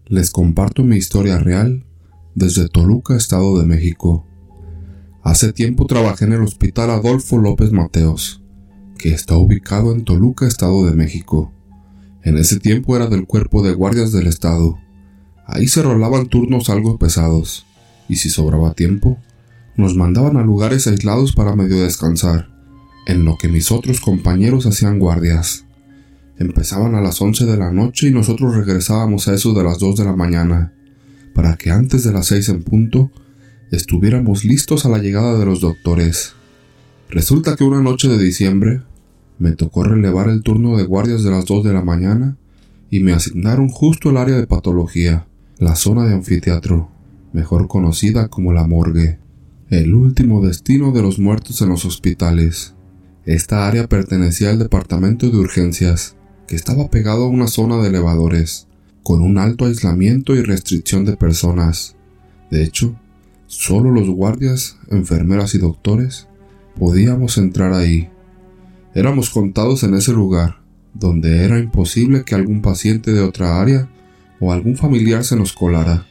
Les comparto mi historia real desde Toluca, Estado de México. Hace tiempo trabajé en el Hospital Adolfo López Mateos, que está ubicado en Toluca, Estado de México. En ese tiempo era del Cuerpo de Guardias del Estado. Ahí se rolaban turnos algo pesados, y si sobraba tiempo, nos mandaban a lugares aislados para medio descansar, en lo que mis otros compañeros hacían guardias. Empezaban a las 11 de la noche y nosotros regresábamos a eso de las 2 de la mañana, para que antes de las 6 en punto estuviéramos listos a la llegada de los doctores. Resulta que una noche de diciembre me tocó relevar el turno de guardias de las 2 de la mañana y me asignaron justo el área de patología, la zona de anfiteatro, mejor conocida como la morgue, el último destino de los muertos en los hospitales. Esta área pertenecía al departamento de urgencias, que estaba pegado a una zona de elevadores, con un alto aislamiento y restricción de personas. De hecho, solo los guardias, enfermeras y doctores podíamos entrar ahí. Éramos contados en ese lugar, donde era imposible que algún paciente de otra área o algún familiar se nos colara.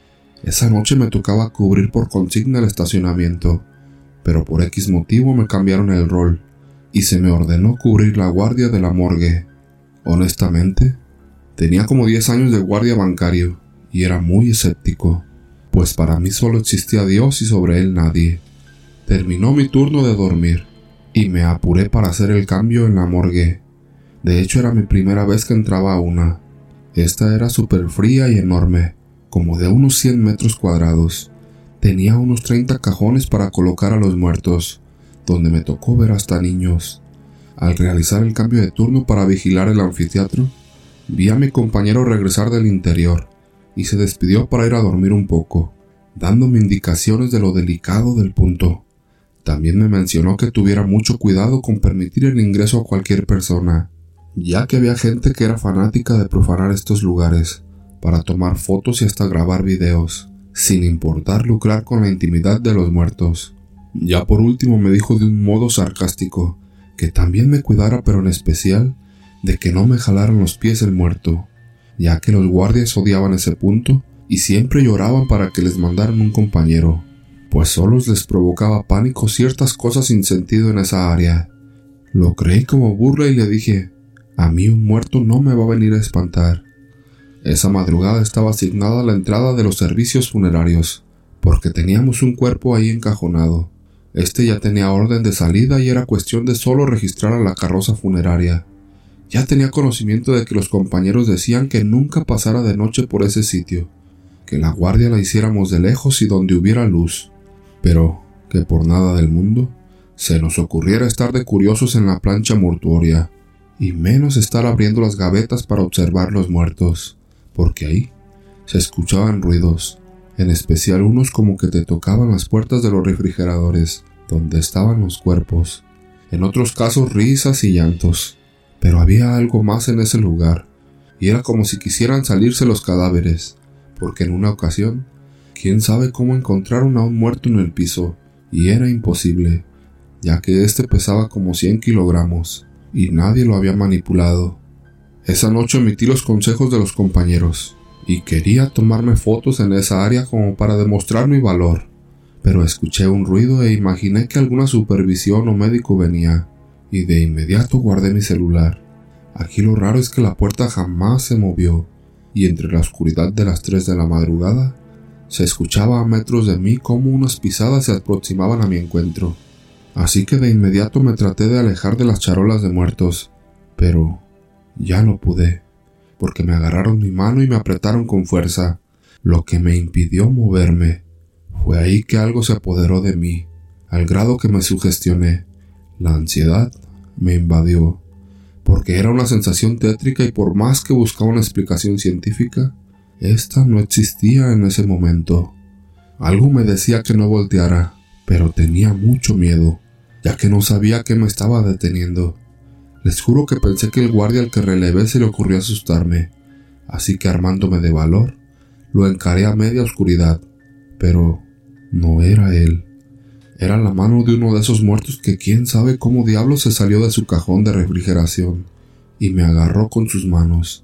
Esa noche me tocaba cubrir por consigna el estacionamiento, pero por X motivo me cambiaron el rol y se me ordenó cubrir la guardia de la morgue. Honestamente, tenía como 10 años de guardia bancario y era muy escéptico, pues para mí solo existía Dios y sobre él nadie. Terminó mi turno de dormir y me apuré para hacer el cambio en la morgue. De hecho, era mi primera vez que entraba a una. Esta era súper fría y enorme, como de unos 100 metros cuadrados. Tenía unos 30 cajones para colocar a los muertos, donde me tocó ver hasta niños. Al realizar el cambio de turno para vigilar el anfiteatro, vi a mi compañero regresar del interior y se despidió para ir a dormir un poco, dándome indicaciones de lo delicado del punto. También me mencionó que tuviera mucho cuidado con permitir el ingreso a cualquier persona, ya que había gente que era fanática de profanar estos lugares para tomar fotos y hasta grabar videos, sin importar lucrar con la intimidad de los muertos. Ya por último me dijo de un modo sarcástico que también me cuidara, pero en especial de que no me jalaran los pies el muerto, ya que los guardias odiaban ese punto y siempre lloraban para que les mandaran un compañero, pues solos les provocaba pánico ciertas cosas sin sentido en esa área. Lo creí como burla y le dije, a mí un muerto no me va a venir a espantar. Esa madrugada estaba asignada a la entrada de los servicios funerarios, porque teníamos un cuerpo ahí encajonado. Este ya tenía orden de salida y era cuestión de solo registrar a la carroza funeraria. Ya tenía conocimiento de que los compañeros decían que nunca pasara de noche por ese sitio, que la guardia la hiciéramos de lejos y donde hubiera luz, pero que por nada del mundo se nos ocurriera estar de curiosos en la plancha mortuoria, y menos estar abriendo las gavetas para observar los muertos, porque ahí se escuchaban ruidos, en especial unos como que te tocaban las puertas de los refrigeradores donde estaban los cuerpos, en otros casos risas y llantos, pero había algo más en ese lugar, y era como si quisieran salirse los cadáveres, porque en una ocasión, quién sabe cómo encontraron a un muerto en el piso, y era imposible, ya que este pesaba como 100 kilogramos, y nadie lo había manipulado. Esa noche omití los consejos de los compañeros, y quería tomarme fotos en esa área como para demostrar mi valor, pero escuché un ruido e imaginé que alguna supervisión o médico venía, y de inmediato guardé mi celular. Aquí lo raro es que la puerta jamás se movió, y entre la oscuridad de las 3 de la madrugada, se escuchaba a metros de mí cómo unas pisadas se aproximaban a mi encuentro. Así que de inmediato me traté de alejar de las charolas de muertos, pero ya no pude, porque me agarraron mi mano y me apretaron con fuerza, lo que me impidió moverme. Fue ahí que algo se apoderó de mí, al grado que me sugestioné. La ansiedad me invadió, porque era una sensación tétrica y por más que buscaba una explicación científica, esta no existía en ese momento. Algo me decía que no volteara, pero tenía mucho miedo, ya que no sabía qué me estaba deteniendo. Les juro que pensé que el guardia al que relevé se le ocurrió asustarme, así que armándome de valor, lo encaré a media oscuridad, pero no era él. Era la mano de uno de esos muertos que quién sabe cómo diablos se salió de su cajón de refrigeración y me agarró con sus manos.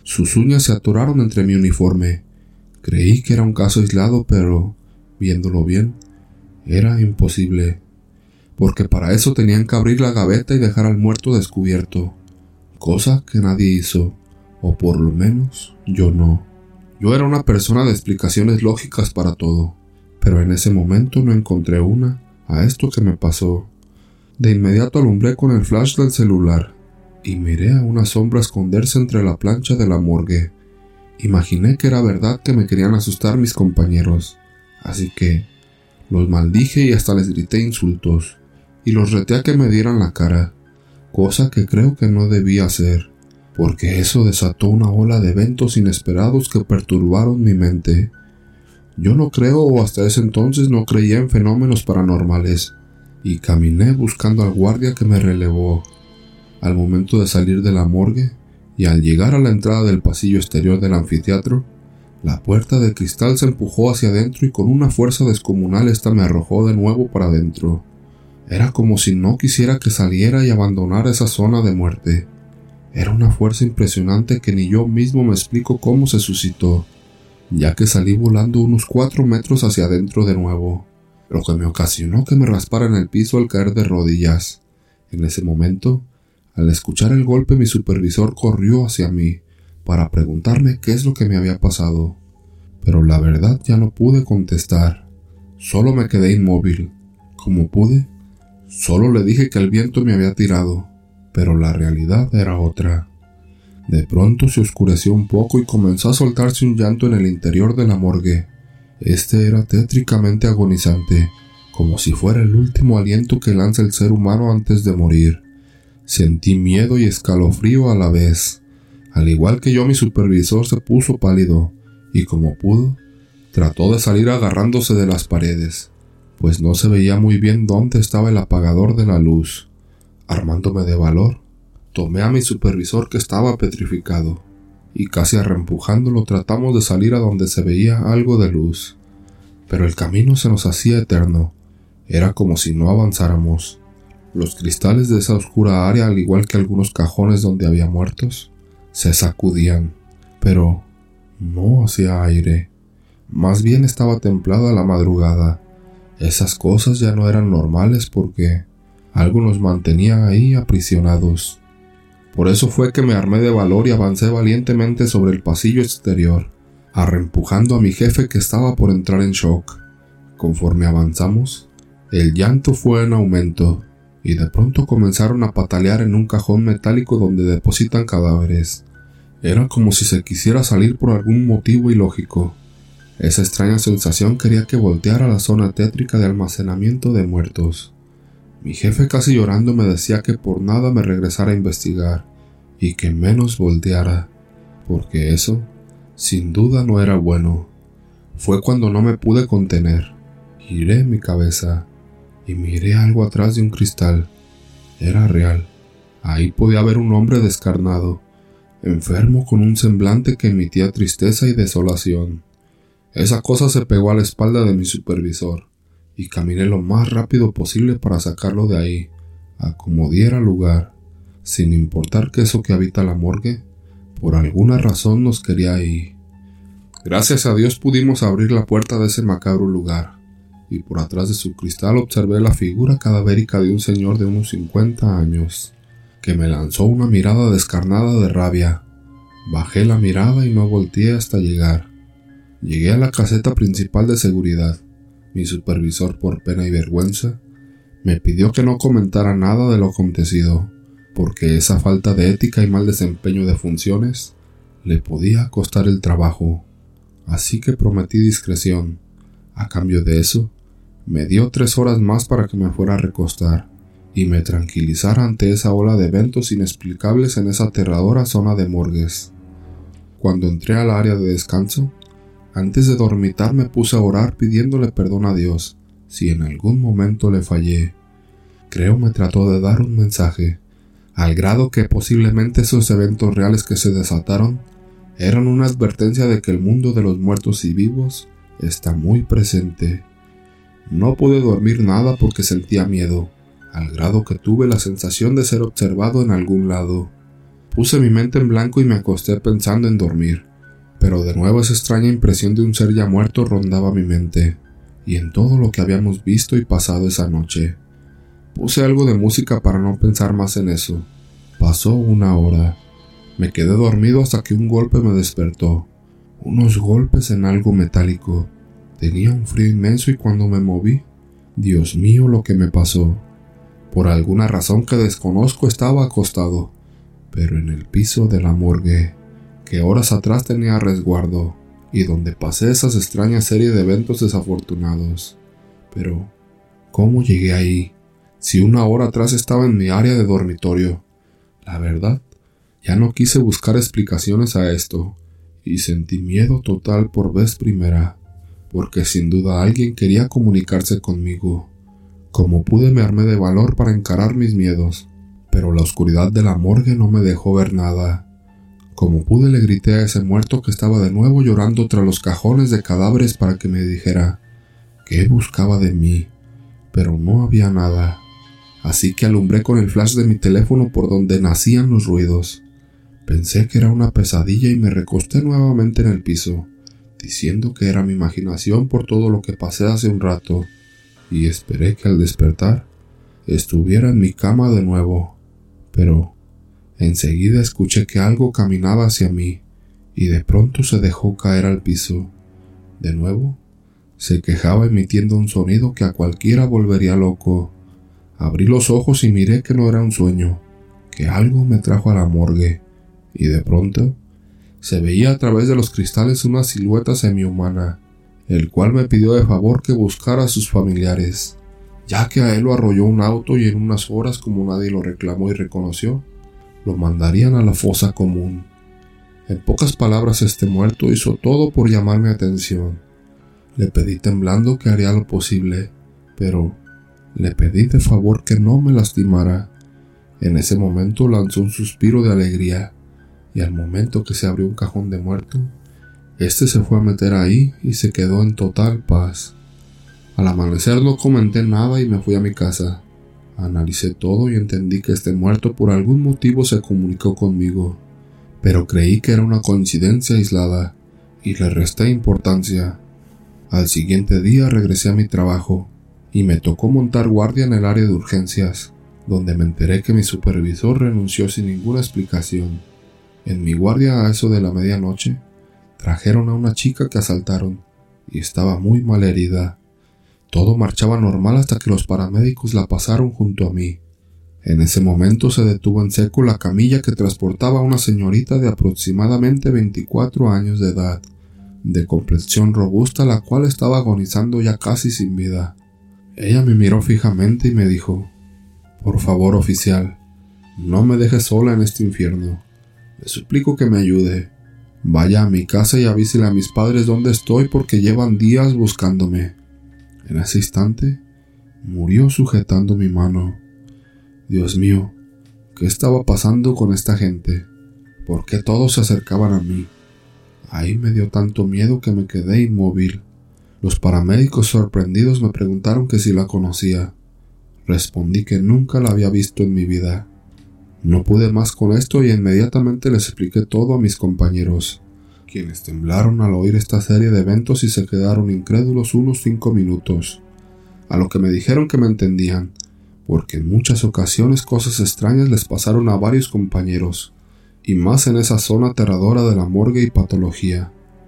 Sus uñas se atoraron entre mi uniforme. Creí que era un caso aislado, pero, viéndolo bien, era imposible, porque para eso tenían que abrir la gaveta y dejar al muerto descubierto, cosa que nadie hizo, o por lo menos yo no. Yo era una persona de explicaciones lógicas para todo, pero en ese momento no encontré una a esto que me pasó. De inmediato alumbré con el flash del celular y miré a una sombra esconderse entre la plancha de la morgue. Imaginé que era verdad que me querían asustar mis compañeros, así que los maldije y hasta les grité insultos, y los reté a que me dieran la cara, cosa que creo que no debía hacer, porque eso desató una ola de eventos inesperados que perturbaron mi mente. Yo no creo, o hasta ese entonces no creía en fenómenos paranormales, y caminé buscando al guardia que me relevó. Al momento de salir de la morgue, y al llegar a la entrada del pasillo exterior del anfiteatro, la puerta de cristal se empujó hacia adentro y con una fuerza descomunal esta me arrojó de nuevo para adentro. Era como si no quisiera que saliera y abandonara esa zona de muerte. Era una fuerza impresionante que ni yo mismo me explico cómo se suscitó, ya que salí volando unos 4 metros hacia adentro de nuevo, lo que me ocasionó que me raspara en el piso al caer de rodillas. En ese momento, al escuchar el golpe, mi supervisor corrió hacia mí para preguntarme qué es lo que me había pasado, pero la verdad ya no pude contestar. Solo me quedé inmóvil. Como pude, solo le dije que el viento me había tirado, pero la realidad era otra. De pronto se oscureció un poco y comenzó a soltarse un llanto en el interior de la morgue. Este era tétricamente agonizante, como si fuera el último aliento que lanza el ser humano antes de morir. Sentí miedo y escalofrío a la vez. Al igual que yo, mi supervisor se puso pálido y, como pudo, trató de salir agarrándose de las paredes, pues no se veía muy bien dónde estaba el apagador de la luz. Armándome de valor, tomé a mi supervisor, que estaba petrificado, y casi arrempujándolo tratamos de salir a donde se veía algo de luz, pero el camino se nos hacía eterno. Era como si no avanzáramos. Los cristales de esa oscura área, al igual que algunos cajones donde había muertos, se sacudían, pero no hacía aire. Más bien estaba templada la madrugada. Esas cosas ya no eran normales porque algo nos mantenía ahí aprisionados. Por eso fue que me armé de valor y avancé valientemente sobre el pasillo exterior, arrempujando a mi jefe, que estaba por entrar en shock. Conforme avanzamos, el llanto fue en aumento, y de pronto comenzaron a patalear en un cajón metálico donde depositan cadáveres. Era como si se quisiera salir por algún motivo ilógico. Esa extraña sensación quería que volteara a la zona tétrica de almacenamiento de muertos. Mi jefe, casi llorando, me decía que por nada me regresara a investigar y que menos volteara, porque eso, sin duda, no era bueno. Fue cuando no me pude contener. Giré mi cabeza y miré algo atrás de un cristal. Era real. Ahí podía haber un hombre descarnado, enfermo, con un semblante que emitía tristeza y desolación. Esa cosa se pegó a la espalda de mi supervisor, y caminé lo más rápido posible para sacarlo de ahí, a como diera lugar, sin importar que eso que habita la morgue, por alguna razón nos quería ahí. Gracias a Dios pudimos abrir la puerta de ese macabro lugar, y por atrás de su cristal observé la figura cadavérica de un señor de unos 50 años, que me lanzó una mirada descarnada de rabia. Bajé la mirada y no volteé hasta llegar. Llegué a la caseta principal de seguridad. Mi supervisor, por pena y vergüenza, me pidió que no comentara nada de lo acontecido, porque esa falta de ética y mal desempeño de funciones le podía costar el trabajo. Así que prometí discreción. A cambio de eso, me dio 3 horas más para que me fuera a recostar y me tranquilizara ante esa ola de eventos inexplicables en esa aterradora zona de morgues. Cuando entré al área de descanso, antes de dormitar me puse a orar pidiéndole perdón a Dios si en algún momento le fallé. Creo me trató de dar un mensaje, al grado que posiblemente esos eventos reales que se desataron eran una advertencia de que el mundo de los muertos y vivos está muy presente. No pude dormir nada porque sentía miedo, al grado que tuve la sensación de ser observado en algún lado. Puse mi mente en blanco y me acosté pensando en dormir, pero de nuevo esa extraña impresión de un ser ya muerto rondaba mi mente, y en todo lo que habíamos visto y pasado esa noche. Puse algo de música para no pensar más en eso. Pasó 1 hora. Me quedé dormido hasta que un golpe me despertó. Unos golpes en algo metálico. Tenía un frío inmenso y cuando me moví, Dios mío, lo que me pasó. Por alguna razón que desconozco estaba acostado, pero en el piso de la morgue, que horas atrás tenía resguardo, y donde pasé esas extrañas series de eventos desafortunados. Pero, ¿cómo llegué ahí? Si 1 hora atrás estaba en mi área de dormitorio. La verdad, ya no quise buscar explicaciones a esto, y sentí miedo total por vez primera, porque sin duda alguien quería comunicarse conmigo. Como pude me armé de valor para encarar mis miedos, pero la oscuridad de la morgue no me dejó ver nada. Como pude le grité a ese muerto que estaba de nuevo llorando tras los cajones de cadáveres para que me dijera qué buscaba de mí, pero no había nada. Así que alumbré con el flash de mi teléfono por donde nacían los ruidos. Pensé que era una pesadilla y me recosté nuevamente en el piso, diciendo que era mi imaginación por todo lo que pasé hace un rato, y esperé que al despertar estuviera en mi cama de nuevo. Pero enseguida escuché que algo caminaba hacia mí y de pronto se dejó caer al piso. De nuevo, se quejaba emitiendo un sonido que a cualquiera volvería loco. Abrí los ojos y miré que no era un sueño, que algo me trajo a la morgue, y de pronto se veía a través de los cristales una silueta semihumana, el cual me pidió de favor que buscara a sus familiares, ya que a él lo arrolló un auto y en unas horas, como nadie lo reclamó y reconoció, lo mandarían a la fosa común. En pocas palabras, este muerto hizo todo por llamar mi atención. Le pedí temblando que haría lo posible, pero le pedí de favor que no me lastimara. En ese momento lanzó un suspiro de alegría, y al momento que se abrió un cajón de muerto, este se fue a meter ahí y se quedó en total paz. Al amanecer no comenté nada y me fui a mi casa. Analicé todo y entendí que este muerto por algún motivo se comunicó conmigo, pero creí que era una coincidencia aislada y le resté importancia. Al siguiente día regresé a mi trabajo y me tocó montar guardia en el área de urgencias, donde me enteré que mi supervisor renunció sin ninguna explicación. En mi guardia a eso de la medianoche, trajeron a una chica que asaltaron y estaba muy mal herida. Todo marchaba normal hasta que los paramédicos la pasaron junto a mí. En ese momento se detuvo en seco la camilla que transportaba a una señorita de aproximadamente 24 años de edad, de complexión robusta, la cual estaba agonizando ya casi sin vida. Ella me miró fijamente y me dijo: «Por favor, oficial, no me deje sola en este infierno. Le suplico que me ayude. Vaya a mi casa y avísele a mis padres dónde estoy porque llevan días buscándome». En ese instante, murió sujetando mi mano. Dios mío, ¿qué estaba pasando con esta gente? ¿Por qué todos se acercaban a mí? Ahí me dio tanto miedo que me quedé inmóvil. Los paramédicos sorprendidos me preguntaron que si la conocía. Respondí que nunca la había visto en mi vida. No pude más con esto y inmediatamente les expliqué todo a mis compañeros, quienes temblaron al oír esta serie de eventos y se quedaron incrédulos unos 5 minutos, a lo que me dijeron que me entendían, porque en muchas ocasiones cosas extrañas les pasaron a varios compañeros, y más en esa zona aterradora de la morgue y patología.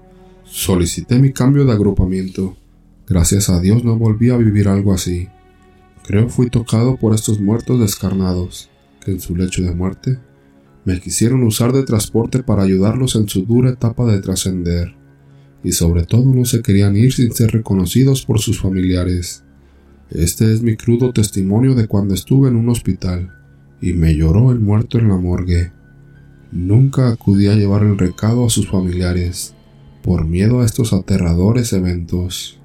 Solicité mi cambio de agrupamiento. Gracias a Dios no volví a vivir algo así. Creo fui tocado por estos muertos descarnados, que en su lecho de muerte me quisieron usar de transporte para ayudarlos en su dura etapa de trascender, y sobre todo no se querían ir sin ser reconocidos por sus familiares. Este es mi crudo testimonio de cuando estuve en un hospital y me lloró el muerto en la morgue. Nunca acudí a llevar el recado a sus familiares, por miedo a estos aterradores eventos.